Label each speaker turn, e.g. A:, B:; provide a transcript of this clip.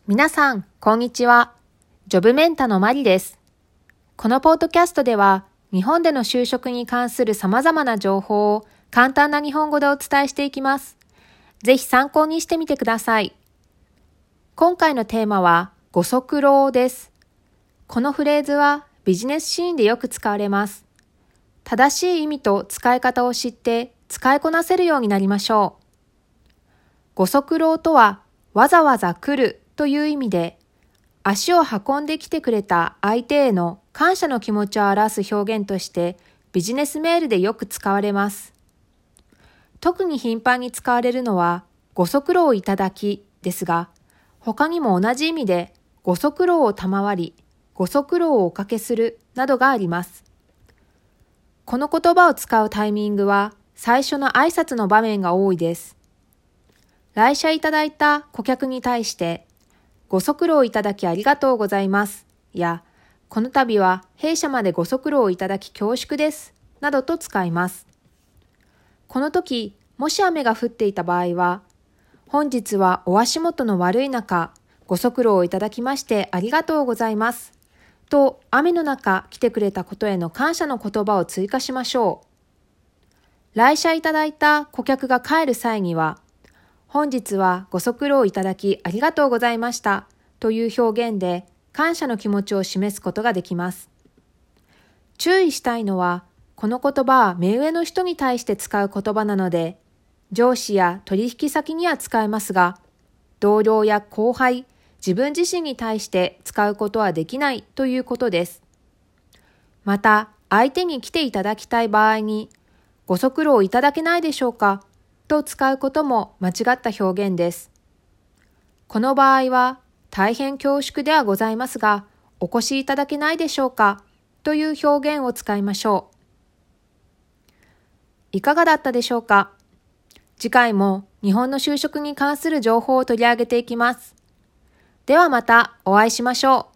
A: 皆さん、こんにちは。ジョブメンタのマリです。このポッドキャストでは、日本での就職に関する様々な情報を簡単な日本語でお伝えしていきます。ぜひ参考にしてみてください。今回のテーマは、ご足労です。このフレーズはビジネスシーンでよく使われます。正しい意味と使い方を知って使いこなせるようになりましょう。ご足労とは、わざわざ来るという意味で、足を運んできてくれた相手への感謝の気持ちを表す表現としてビジネスメールでよく使われます。特に頻繁に使われるのはご足労いただきですが、他にも同じ意味でご足労を賜り、ご足労をおかけするなどがあります。この言葉を使うタイミングは最初の挨拶の場面が多いです。来社いただいた顧客に対して、ご足労いただきありがとうございますや、この度は弊社までご足労いただき恐縮ですなどと使います。この時、もし雨が降っていた場合は、本日はお足元の悪い中、ご足労いただきましてありがとうございますと雨の中来てくれたことへの感謝の言葉を追加しましょう。来社いただいた顧客が帰る際には、本日はご足労いただきありがとうございましたという表現で感謝の気持ちを示すことができます。注意したいのは、この言葉は目上の人に対して使う言葉なので、上司や取引先には使えますが、同僚や後輩、自分自身に対して使うことはできないということです。また、相手に来ていただきたい場合に、ご足労いただけないでしょうかと使うことも間違った表現です。この場合は、大変恐縮ではございますが、お越しいただけないでしょうかという表現を使いましょう。いかがだったでしょうか？次回も日本の就職に関する情報を取り上げていきます。ではまたお会いしましょう。